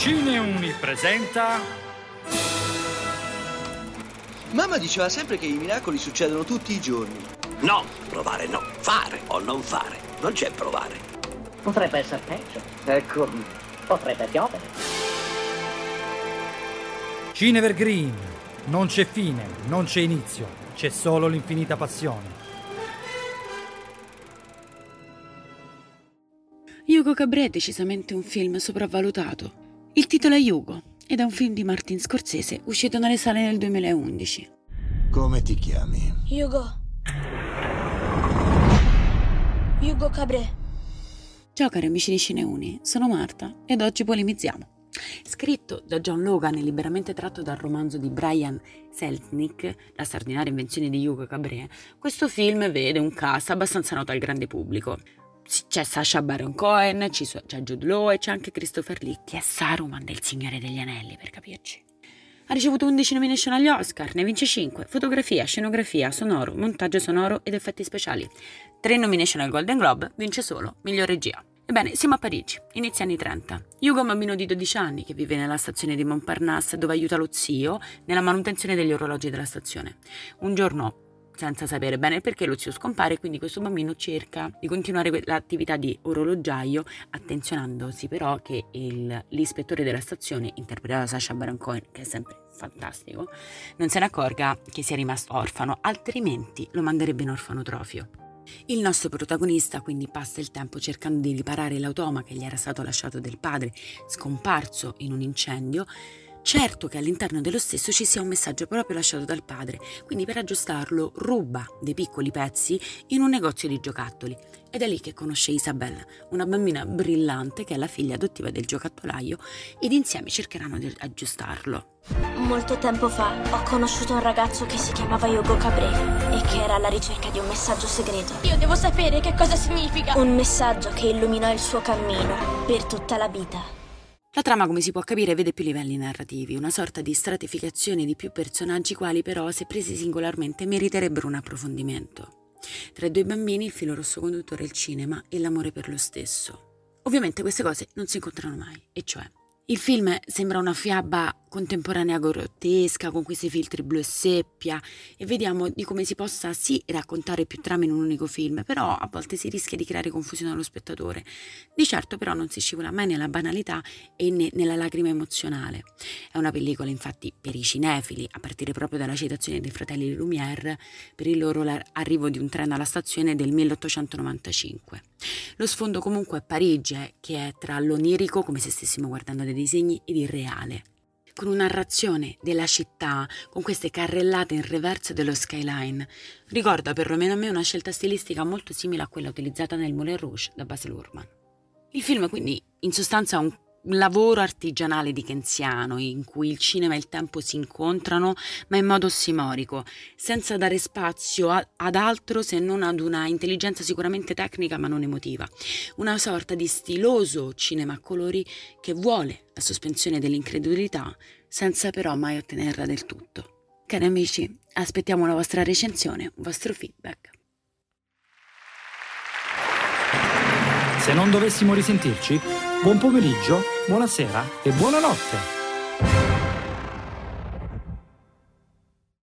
Cineuni presenta... Mamma diceva sempre che i miracoli succedono tutti i giorni. No, provare no. Fare o non fare. Non c'è provare. Potrebbe essere peggio. Ecco, potrebbe piovere. Cinevergreen. Non c'è fine, non c'è inizio, c'è solo l'infinita passione. Hugo Cabret è decisamente un film sopravvalutato. Il titolo è Hugo ed è un film di Martin Scorsese uscito nelle sale nel 2011. Come ti chiami? Hugo Cabret. Ciao cari amici di Cineuni, sono Marta ed oggi polemizziamo. Scritto da John Logan e liberamente tratto dal romanzo di Brian Selznick, La straordinaria invenzione di Hugo Cabret, questo film vede un cast abbastanza noto al grande pubblico. C'è Sacha Baron Cohen, c'è Jude Law e c'è anche Christopher Lee, che è Saruman del Signore degli Anelli, per capirci. Ha ricevuto 11 nomination agli Oscar, ne vince 5, fotografia, scenografia, sonoro, montaggio sonoro ed effetti speciali. 3 nomination al Golden Globe, vince solo miglior regia. Ebbene, siamo a Parigi, inizia anni 30. Hugo è un bambino di 12 anni che vive nella stazione di Montparnasse dove aiuta lo zio nella manutenzione degli orologi della stazione. Un giorno, senza sapere bene perché, lo zio scompare e quindi questo bambino cerca di continuare l'attività di orologiaio, attenzionandosi però che l'ispettore della stazione, interpretato da Sacha Baron Cohen, che è sempre fantastico, non se ne accorga che sia rimasto orfano, altrimenti lo manderebbe in orfanotrofio. Il nostro protagonista quindi passa il tempo cercando di riparare l'automa che gli era stato lasciato del padre, scomparso in un incendio, certo che all'interno dello stesso ci sia un messaggio proprio lasciato dal padre, quindi per aggiustarlo ruba dei piccoli pezzi in un negozio di giocattoli ed è lì che conosce Isabelle, una bambina brillante che è la figlia adottiva del giocattolaio, ed insieme cercheranno di aggiustarlo. Molto tempo fa ho conosciuto un ragazzo che si chiamava Hugo Cabret e che era alla ricerca di un messaggio segreto. Io devo sapere che cosa significa. Un messaggio che illuminò il suo cammino per tutta la vita. La trama, come si può capire, vede più livelli narrativi, una sorta di stratificazione di più personaggi quali però, se presi singolarmente, meriterebbero un approfondimento. Tra i due bambini il filo rosso conduttore è il cinema e l'amore per lo stesso. Ovviamente queste cose non si incontrano mai, e cioè il film sembra una fiaba contemporanea grottesca con questi filtri blu e seppia e vediamo di come si possa sì raccontare più trame in un unico film, però a volte si rischia di creare confusione allo spettatore. Di certo però non si scivola mai nella banalità e né nella lacrima emozionale. È una pellicola infatti per i cinefili, a partire proprio dalla citazione dei fratelli Lumière per il loro arrivo di un treno alla stazione del 1895. Lo sfondo comunque è Parigi, che è tra l'onirico, come se stessimo guardando dei disegni, ed il reale, con una narrazione della città, con queste carrellate in reverso dello skyline. Ricorda perlomeno a me una scelta stilistica molto simile a quella utilizzata nel Moulin Rouge da Baz Luhrmann. Il film quindi in sostanza è un lavoro artigianale dickensiano in cui il cinema e il tempo si incontrano, ma in modo ossimorico, senza dare spazio ad altro se non ad una intelligenza sicuramente tecnica ma non emotiva. Una sorta di stiloso cinema a colori che vuole la sospensione dell'incredulità senza però mai ottenerla del tutto. Cari amici, aspettiamo la vostra recensione, un vostro feedback. Se non dovessimo risentirci, buon pomeriggio, buonasera e buonanotte.